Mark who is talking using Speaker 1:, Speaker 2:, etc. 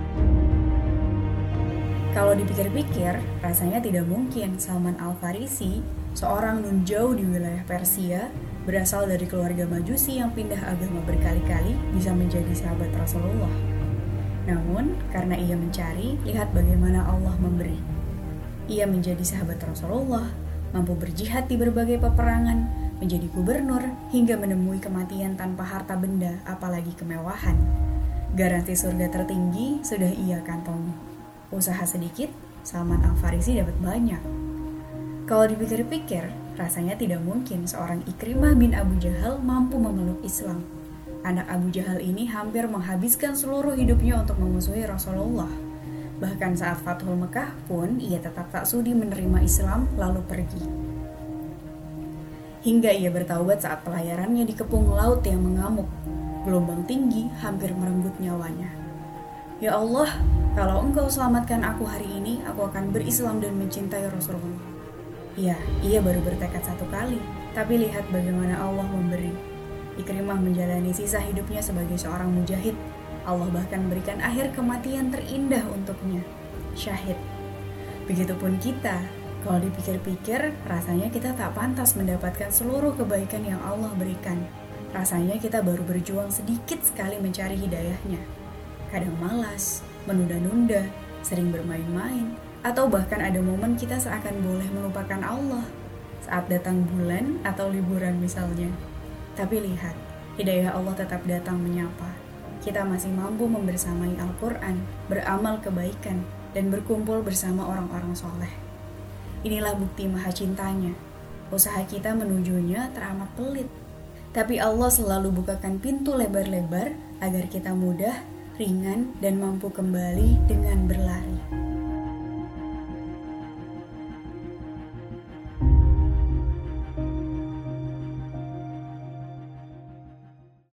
Speaker 1: Kalau dipikir-pikir, rasanya tidak mungkin Salman Al-Farisi, seorang nunjau di wilayah Persia, berasal dari keluarga Majusi yang pindah agama berkali-kali, bisa menjadi sahabat Rasulullah. Namun, karena ia mencari, lihat bagaimana Allah memberi. Ia menjadi sahabat Rasulullah, mampu berjihad di berbagai peperangan, menjadi gubernur, hingga menemui kematian tanpa harta benda, apalagi kemewahan. Garansi surga tertinggi sudah ia kantongi. Usaha sedikit, Salman Al-Farisi dapat banyak. Kalau dipikir-pikir, rasanya tidak mungkin seorang Ikrimah bin Abu Jahal mampu memeluk Islam. Anak Abu Jahal ini hampir menghabiskan seluruh hidupnya untuk memusuhi Rasulullah. Bahkan saat Fathul Mekah pun, ia tetap tak sudi menerima Islam lalu pergi. Hingga ia bertaubat saat pelayarannya dikepung laut yang mengamuk. Gelombang tinggi hampir merenggut nyawanya. Ya Allah, kalau Engkau selamatkan aku hari ini, aku akan berislam dan mencintai Rasulullah. Ya, ia baru bertekad 1 kali, tapi lihat bagaimana Allah memberi. Ikrimah menjalani sisa hidupnya sebagai seorang mujahid. Allah bahkan berikan akhir kematian terindah untuknya, syahid. Begitupun kita, kalau dipikir-pikir, rasanya kita tak pantas mendapatkan seluruh kebaikan yang Allah berikan. Rasanya kita baru berjuang sedikit sekali mencari hidayahnya. Kadang malas, menunda-nunda, sering bermain-main, atau bahkan ada momen kita seakan boleh melupakan Allah saat datang bulan atau liburan misalnya. Tapi lihat, hidayah Allah tetap datang menyapa. Kita masih mampu membersamai Al-Quran, beramal kebaikan, dan berkumpul bersama orang-orang soleh. Inilah bukti maha cintanya. Usaha kita menujunya teramat pelit. Tapi Allah selalu bukakan pintu lebar-lebar agar kita mudah, ringan, dan mampu kembali dengan berlari.